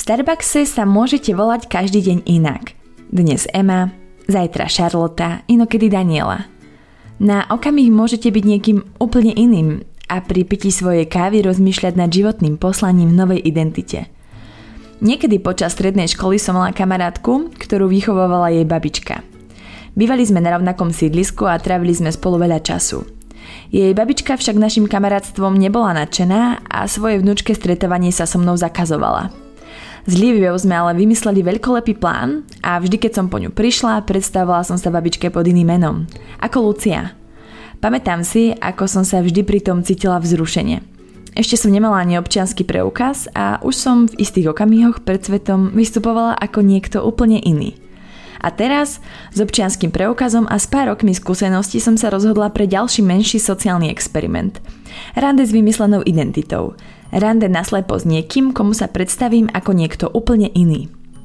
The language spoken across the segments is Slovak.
Starbuckse sa môžete volať každý deň inak. Dnes Emma, zajtra Charlotta, inokedy Daniela. Na okamih môžete byť niekým úplne iným a pri pití svojej kávy rozmýšľať nad životným poslaním v novej identite. Niekedy počas strednej školy som mala kamarátku, ktorú vychovávala jej babička. Bývali sme na rovnakom sídlisku a trávili sme spolu veľa času. Jej babička však našim kamarátstvom nebola nadšená a svoje vnúčke stretávanie sa so mnou zakazovala. S Líviou sme ale vymysleli veľkolepý plán a vždy, keď som po ňu prišla, predstavovala som sa babičke pod iným menom, ako Lucia. Pamätám si, ako som sa vždy pri tom cítila vzrušenie. Ešte som nemala ani občiansky preukaz a už som v istých okamihoch pred svetom vystupovala ako niekto úplne iný. A teraz, s občianskym preukazom a s pár rokmi skúseností som sa rozhodla pre ďalší menší sociálny experiment. Rande s vymyslenou identitou. Rande naslepo s niekým, komu sa predstavím ako niekto úplne iný.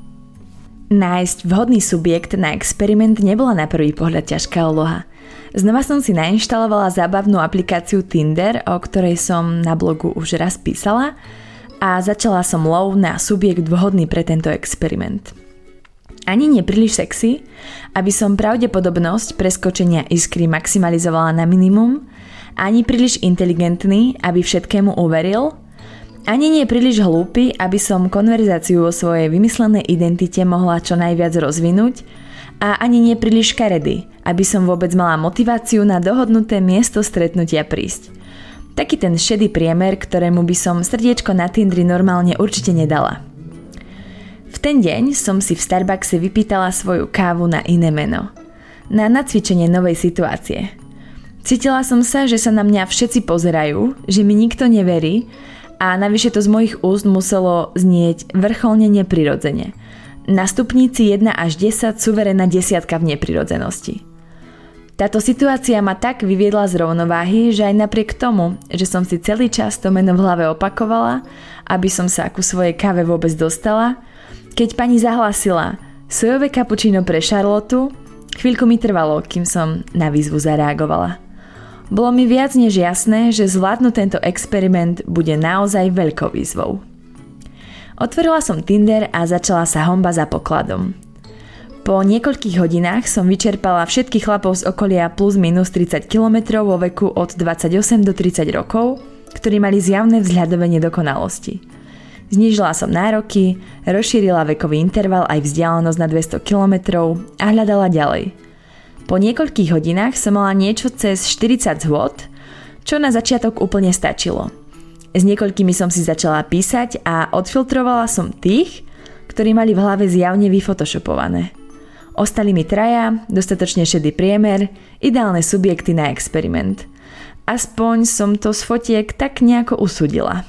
Nájsť vhodný subjekt na experiment nebola na prvý pohľad ťažká úloha. Znova som si nainštalovala zábavnú aplikáciu Tinder, o ktorej som na blogu už raz písala, a začala som lov na subjekt vhodný pre tento experiment. Ani nie príliš sexy, aby som pravdepodobnosť preskočenia iskry maximalizovala na minimum, ani príliš inteligentný, aby všetkému uveril, ani nie príliš hlúpy, aby som konverzáciu o svojej vymyslenej identite mohla čo najviac rozvinúť, a ani nie príliš škaredý, aby som vôbec mala motiváciu na dohodnuté miesto stretnutia prísť. Taký ten šedý priemer, ktorému by som srdiečko na Tindri normálne určite nedala. V ten deň som si v Starbuckse vypýtala svoju kávu na iné meno. Na nacvičenie novej situácie. Cítila som sa, že sa na mňa všetci pozerajú, že mi nikto neverí a navyše to z mojich úst muselo znieť vrcholne neprirodzene. Na stupnici 1 až 10 suverénna desiatka v neprirodzenosti. Táto situácia ma tak vyviedla z rovnováhy, že aj napriek tomu, že som si celý čas to meno v hlave opakovala, aby som sa ku svojej káve vôbec dostala, keď pani zahlasila sojové kapučíno pre Charlottu, chvíľku mi trvalo, kým som na výzvu zareagovala. Bolo mi viac než jasné, že zvládnuť tento experiment bude naozaj veľkou výzvou. Otvorila som Tinder a začala sa honba za pokladom. Po niekoľkých hodinách som vyčerpala všetkých chlapov z okolia plus minus 30 km vo veku od 28 do 30 rokov, ktorí mali zjavné vzhľadové nedokonalosti. Znížila som nároky, rozšírila vekový interval aj vzdialenosť na 200 km a hľadala ďalej. Po niekoľkých hodinách som mala niečo cez 40 zhôd, čo na začiatok úplne stačilo. S niekoľkými som si začala písať a odfiltrovala som tých, ktorí mali v hlave zjavne vyfotoshopované. Ostali mi traja, dostatočne šedý priemer, ideálne subjekty na experiment. Aspoň som to z fotiek tak nejako usúdila.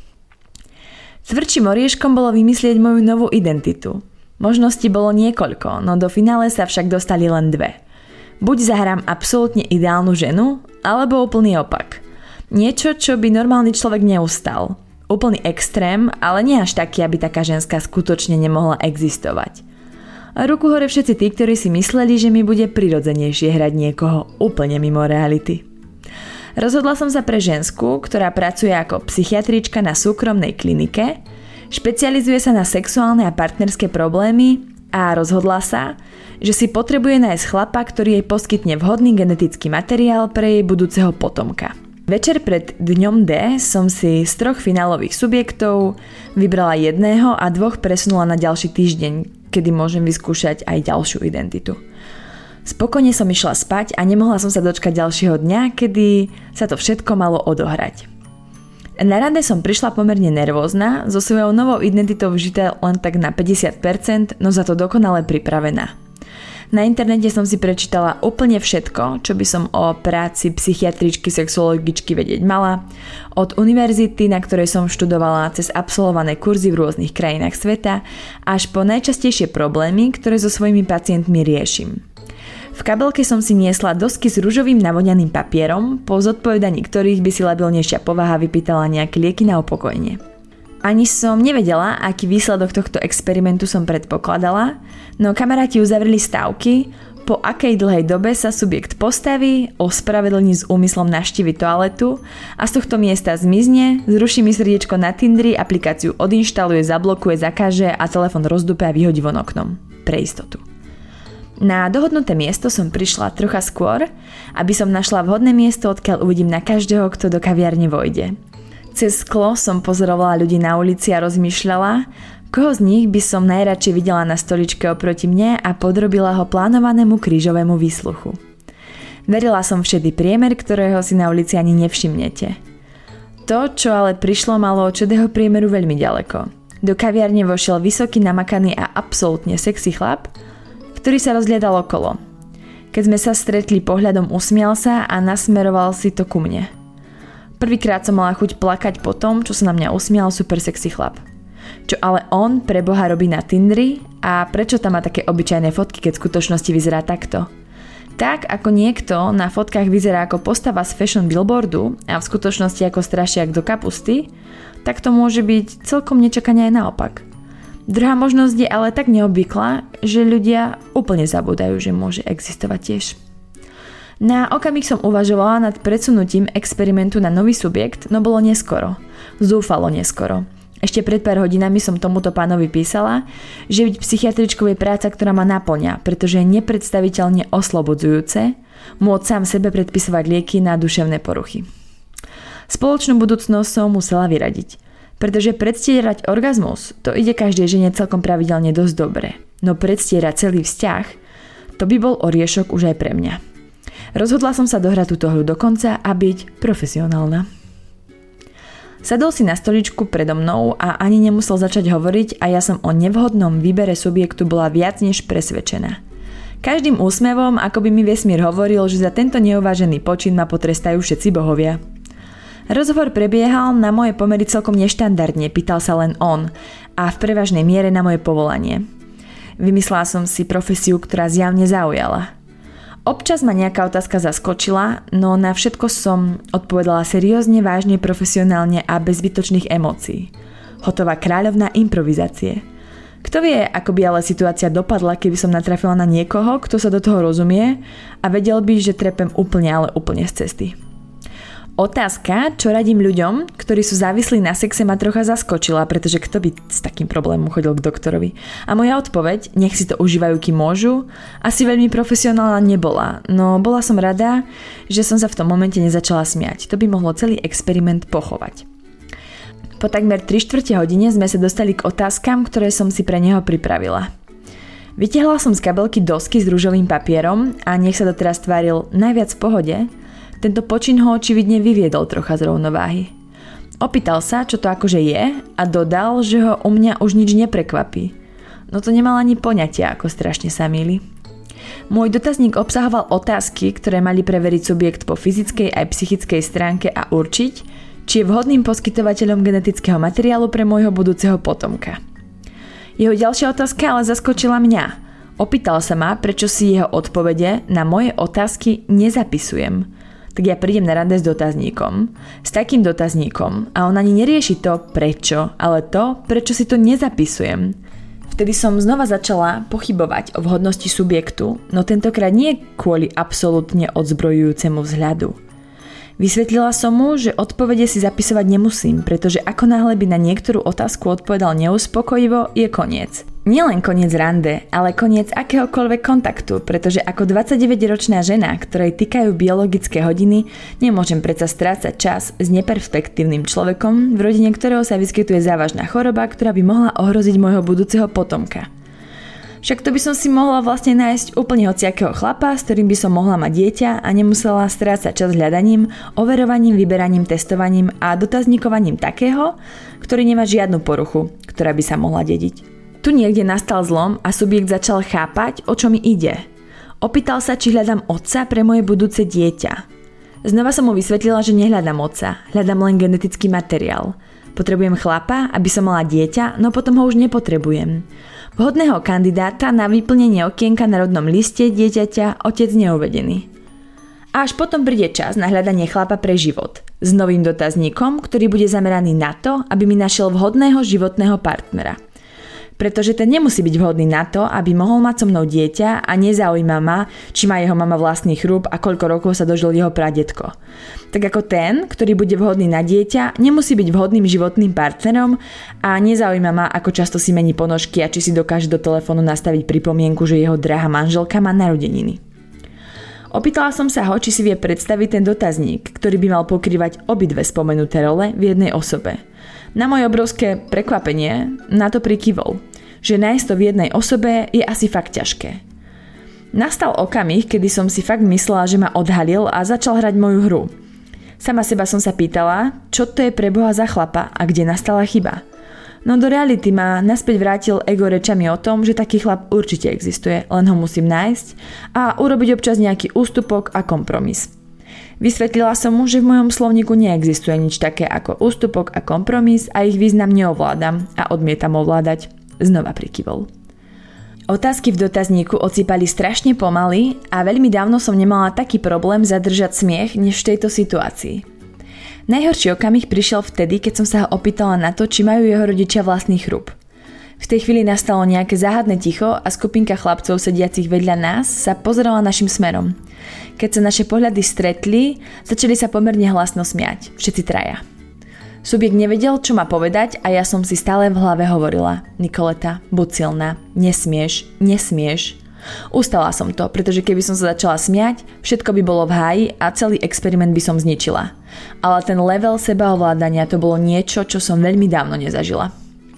Tvrdším orieškom bolo vymyslieť moju novú identitu. Možností bolo niekoľko, no do finále sa však dostali len dve. Buď zahrám absolútne ideálnu ženu, alebo úplný opak. Niečo, čo by normálny človek neustal. Úplný extrém, ale nie až taký, aby taká ženská skutočne nemohla existovať. A ruku hore všetci tí, ktorí si mysleli, že mi bude prirodzenejšie hrať niekoho úplne mimo reality. Rozhodla som sa pre žensku, ktorá pracuje ako psychiatrička na súkromnej klinike, špecializuje sa na sexuálne a partnerské problémy a rozhodla sa, že si potrebuje nájsť chlapa, ktorý jej poskytne vhodný genetický materiál pre jej budúceho potomka. Večer pred dňom D som si z 3 finálových subjektov vybrala jedného a 2 presunula na ďalší týždeň, kedy môžem vyskúšať aj ďalšiu identitu. Spokojne som išla spať a nemohla som sa dočkať ďalšieho dňa, kedy sa to všetko malo odohrať. Na rande som prišla pomerne nervózna, so svojou novou identitou vžitá len tak na 50%, no za to dokonale pripravená. Na internete som si prečítala úplne všetko, čo by som o práci psychiatričky, sexuologičky vedieť mala, od univerzity, na ktorej som študovala, cez absolvované kurzy v rôznych krajinách sveta, až po najčastejšie problémy, ktoré so svojimi pacientmi riešim. V kabelke som si niesla dosky s ružovým navoňaným papierom, po zodpovedaní ktorých by si labilnejšia povaha vypýtala nejaké lieky na upokojenie. Ani som nevedela, aký výsledok tohto experimentu som predpokladala, no kamaráti uzavreli stávky, po akej dlhej dobe sa subjekt postaví, ospravedlní s úmyslom navštíviť toaletu a z tohto miesta zmizne, zruší mi srdiečko na Tindri, aplikáciu odinštaluje, zablokuje, zakáže a telefon rozdúpe a vyhodí von oknom. Pre istotu. Na dohodnuté miesto som prišla trocha skôr, aby som našla vhodné miesto, odkiaľ uvidím na každého, kto do kaviarne vojde. Cez sklo som pozorovala ľudí na ulici a rozmýšľala, koho z nich by som najradšej videla na stoličke oproti mne a podrobila ho plánovanému krížovému výsluchu. Verila som v šedý priemer, ktorého si na ulici ani nevšimnete. To, čo ale prišlo, malo od šedého priemeru veľmi ďaleko. Do kaviarne vošiel vysoký, namakaný a absolútne sexy chlap, ktorý sa rozhliadal okolo. Keď sme sa stretli pohľadom, usmial sa a nasmeroval si to ku mne. Prvýkrát som mala chuť plakať po tom, čo sa na mňa usmial super sexy chlap. Čo ale on pre Boha robí na Tindri a prečo tam má také obyčajné fotky, keď v skutočnosti vyzerá takto? Tak ako niekto na fotkách vyzerá ako postava z fashion billboardu a v skutočnosti ako strašiak do kapusty, tak to môže byť celkom nečakane aj naopak. Druhá možnosť je ale tak neobvyklá, že ľudia úplne zabúdajú, že môže existovať tiež. Na okamih som uvažovala nad predsunutím experimentu na nový subjekt, no bolo neskoro. Zúfalo neskoro. Ešte pred pár hodinami som tomuto pánovi písala, že byť psychiatričkou je práca, ktorá ma naplňa, pretože je nepredstaviteľne oslobodzujúce môcť sám sebe predpisovať lieky na duševné poruchy. Spoločnú budúcnosť som musela vyradiť, pretože predstierať orgazmus to ide každej žene celkom pravidelne dosť dobre, no predstierať celý vzťah to by bol oriešok už aj pre mňa. Rozhodla som sa dohrať túto hru do konca a byť profesionálna. Sadol si na stoličku predo mnou a ani nemusel začať hovoriť a ja som o nevhodnom výbere subjektu bola viac než presvedčená. Každým úsmevom, ako by mi vesmír hovoril, že za tento neuvážený počin ma potrestajú všetci bohovia. Rozhovor prebiehal na moje pomery celkom neštandardne, pýtal sa len on a v prevažnej miere na moje povolanie. Vymyslela som si profesiu, ktorá zjavne zaujala. Občas ma nejaká otázka zaskočila, no na všetko som odpovedala seriózne, vážne, profesionálne a bez zbytočných emócií. Hotová kráľovná improvizácie. Kto vie, ako by ale situácia dopadla, keby som natrafila na niekoho, kto sa do toho rozumie a vedel by, že trepem úplne, ale úplne z cesty. Otázka, čo radím ľuďom, ktorí sú závislí na sexe, ma trocha zaskočila, pretože kto by s takým problémom chodil k doktorovi? A moja odpoveď, nech si to užívajú, kým môžu, asi veľmi profesionálna nebola, no bola som rada, že som sa v tom momente nezačala smiať. To by mohlo celý experiment pochovať. Po takmer 3/4 hodine sme sa dostali k otázkam, ktoré som si pre neho pripravila. Vytiahla som z kabelky dosky s ružovým papierom a nech sa doteraz tváril najviac v pohode, tento počin ho očividne vyviedol trocha z rovnováhy. Opýtal sa, čo to akože je a dodal, že ho u mňa už nič neprekvapí. No to nemal ani poňatia, ako strašne sa mýli. Môj dotazník obsahoval otázky, ktoré mali preveriť subjekt po fyzickej aj psychickej stránke a určiť, či je vhodným poskytovateľom genetického materiálu pre môjho budúceho potomka. Jeho ďalšia otázka ale zaskočila mňa. Opýtal sa ma, prečo si jeho odpovede na moje otázky nezapisujem. Tak ja prídem na rande s dotazníkom, s takým dotazníkom a on ani nerieši to prečo, ale to, prečo si to nezapisujem. Vtedy som znova začala pochybovať o vhodnosti subjektu, no tentokrát nie kvôli absolútne odzbrojujúcemu vzhľadu. Vysvetlila som mu, že odpovede si zapisovať nemusím, pretože ako náhle by na niektorú otázku odpovedal neuspokojivo, je koniec. Nielen koniec rande, ale koniec akéhokoľvek kontaktu, pretože ako 29-ročná žena, ktorej týkajú biologické hodiny, nemôžem predsa strácať čas s neperspektívnym človekom, v rodine ktorého sa vyskytuje závažná choroba, ktorá by mohla ohroziť môjho budúceho potomka. Však to by som si mohla vlastne nájsť úplne hociakého chlapa, s ktorým by som mohla mať dieťa a nemusela strácať čas hľadaním, overovaním, vyberaním, testovaním a dotazníkovaním takého, ktorý nemá žiadnu poruchu, ktorá by sa mohla dediť. Tu niekde nastal zlom a subjekt začal chápať, o čo mi ide. Opýtal sa, či hľadám otca pre moje budúce dieťa. Znova som mu vysvetlila, že nehľadám otca, hľadám len genetický materiál. Potrebujem chlapa, aby som mala dieťa, no potom ho už nepotrebujem. Vhodného kandidáta na vyplnenie okienka na rodnom liste dieťaťa otec neuvedený. A až potom príde čas na hľadanie chlapa pre život s novým dotazníkom, ktorý bude zameraný na to, aby mi našiel vhodného životného partnera. Pretože ten nemusí byť vhodný na to, aby mohol mať so mnou dieťa a nezaujíma ma, či má jeho mama vlastný chrúb a koľko rokov sa dožil jeho pradedko. Tak ako ten, ktorý bude vhodný na dieťa, nemusí byť vhodným životným partnerom a nezaujíma ma, ako často si mení ponožky a či si dokáže do telefónu nastaviť pripomienku, že jeho drahá manželka má narodeniny. Opýtala som sa ho, či si vie predstaviť ten dotazník, ktorý by mal pokrývať obidve spomenuté role v jednej osobe. Na moje obrovské prekvapenie na to prikývol, že nájsť to v jednej osobe je asi fakt ťažké. Nastal okamih, kedy som si fakt myslela, že ma odhalil a začal hrať moju hru. Sama seba som sa pýtala, čo to je pre Boha za chlapa a kde nastala chyba. No do reality ma naspäť vrátil ego rečami o tom, že taký chlap určite existuje, len ho musím nájsť a urobiť občas nejaký ústupok a kompromis. Vysvetlila som mu, že v mojom slovníku neexistuje nič také ako ústupok a kompromis a ich význam neovládam a odmietam ovládať. Znova prikývol. Otázky v dotazníku ocípali strašne pomaly a veľmi dávno som nemala taký problém zadržať smiech než v tejto situácii. Najhorší okamih prišiel vtedy, keď som sa ho opýtala na to, či majú jeho rodičia vlastný chrúb. V tej chvíli nastalo nejaké záhadné ticho a skupinka chlapcov sediacich vedľa nás sa pozerala našim smerom. Keď sa naše pohľady stretli, začali sa pomerne hlasno smiať, všetci traja. Subjekt nevedel, čo má povedať a ja som si stále v hlave hovorila: Nikoleta, buď silná, nesmieš, nesmieš. Ustala som to, pretože keby som sa začala smiať, všetko by bolo v háji a celý experiment by som zničila. Ale ten level sebaovládania to bolo niečo, čo som veľmi dávno nezažila.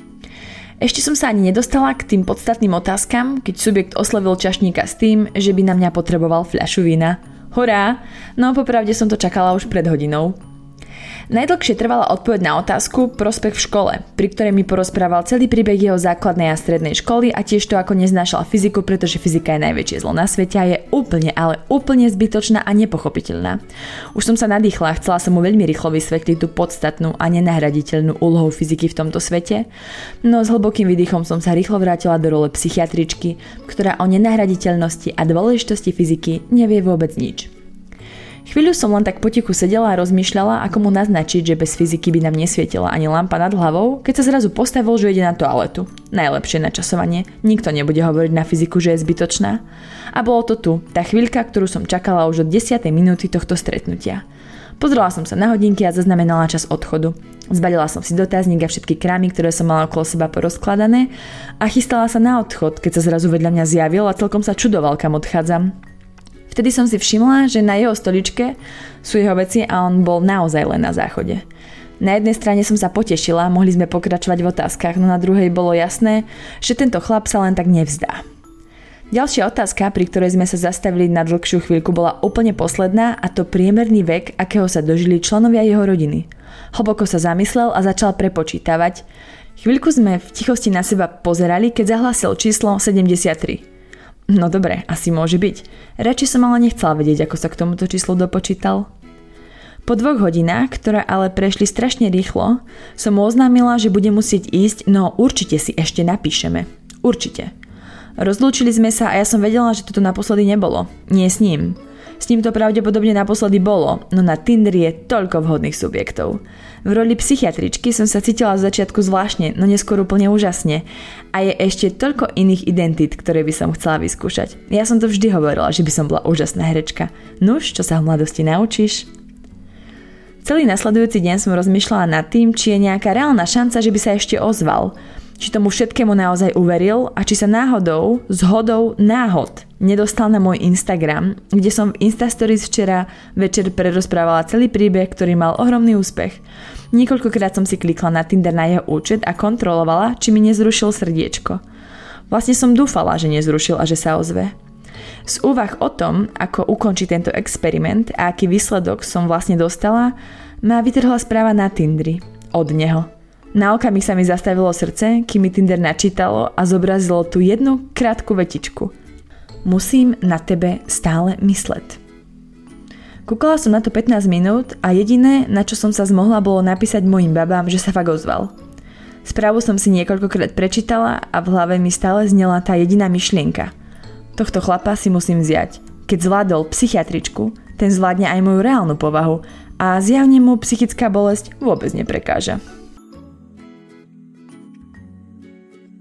Ešte som sa ani nedostala k tým podstatným otázkam, keď subjekt oslovil čašníka s tým, že by na mňa potreboval fľašu vína. Hurá! No popravde som to čakala už pred hodinou. Najdlhšie trvala odpoveď na otázku prospech v škole, pri ktorej mi porozprával celý príbeh jeho základnej a strednej školy a tiež to, ako neznášal fyziku, pretože fyzika je najväčšie zlo na svete a je úplne, ale úplne zbytočná a nepochopiteľná. Už som sa nadýchla a chcela som mu veľmi rýchlo vysvetliť tú podstatnú a nenahraditeľnú úlohu fyziky v tomto svete, no s hlbokým výdychom som sa rýchlo vrátila do role psychiatričky, ktorá o nenahraditeľnosti a dôležitosti fyziky nevie vôbec nič. Chvíľu som len tak potichu sedela a rozmýšľala, ako mu naznačiť, že bez fyziky by nám nesvietila ani lampa nad hlavou, keď sa zrazu postavil, že ide na toaletu. Najlepšie načasovanie, nikto nebude hovoriť na fyziku, že je zbytočná. A bolo to tu, tá chvíľka, ktorú som čakala už od 10. minúty tohto stretnutia. Pozrela som sa na hodinky a zaznamenala čas odchodu. Zbalila som si dotazník a všetky krámy, ktoré som mala okolo seba porozkladané a chystala sa na odchod, keď sa zrazu vedľa mňa zjavil a celkom sa čudoval, kam odchádzam. Vtedy som si všimla, že na jeho stoličke sú jeho veci a on bol naozaj len na záchode. Na jednej strane som sa potešila, mohli sme pokračovať v otázkach, no na druhej bolo jasné, že tento chlap sa len tak nevzdá. Ďalšia otázka, pri ktorej sme sa zastavili na dlhšiu chvíľku, bola úplne posledná a to priemerný vek, akého sa dožili členovia jeho rodiny. Hlboko sa zamyslel a začal prepočítavať. Chvíľku sme v tichosti na seba pozerali, keď zahlasil číslo 73. No dobre, asi môže byť. Radšej som ale nechcela vedieť, ako sa k tomuto číslu dopočítal. Po 2 hodinách, ktoré ale prešli strašne rýchlo, som mu oznámila, že bude musieť ísť, no určite si ešte napíšeme. Určite. Rozlúčili sme sa a ja som vedela, že toto naposledy nebolo. Nie s ním. S ním to pravdepodobne naposledy bolo, no na Tinderi je toľko vhodných subjektov. V roli psychiatričky som sa cítila z začiatku zvláštne, no neskôr úplne úžasne. A je ešte toľko iných identít, ktoré by som chcela vyskúšať. Ja som to vždy hovorila, že by som bola úžasná herečka. Nuž, čo sa v mladosti naučíš? Celý nasledujúci deň som rozmýšľala nad tým, či je nejaká reálna šanca, že by sa ešte ozval. Či tomu všetkému naozaj uveril a či sa náhodou, zhodou náhod nedostal na môj Instagram, kde som v Instastories včera večer prerozprávala celý príbeh, ktorý mal ohromný úspech. Niekoľkokrát som si klikla na Tinder na jeho účet a kontrolovala, či mi nezrušil srdiečko. Vlastne som dúfala, že nezrušil a že sa ozve. Z úvah o tom, ako ukončiť tento experiment a aký výsledok som vlastne dostala, ma vytrhla správa na Tinderi od neho. Na okamih sa mi zastavilo srdce, kým mi Tinder načítalo a zobrazilo tú jednu krátku vetičku. Musím na tebe stále mysleť. Kúkala som na to 15 minút a jediné, na čo som sa zmohla, bolo napísať mojim babám, že sa fakt ozval. Správu som si niekoľkokrát prečítala a v hlave mi stále znela tá jediná myšlienka. Tohto chlapa si musím vziať. Keď zvládol psychiatričku, ten zvládne aj moju reálnu povahu a zjavne mu psychická bolesť vôbec neprekáža.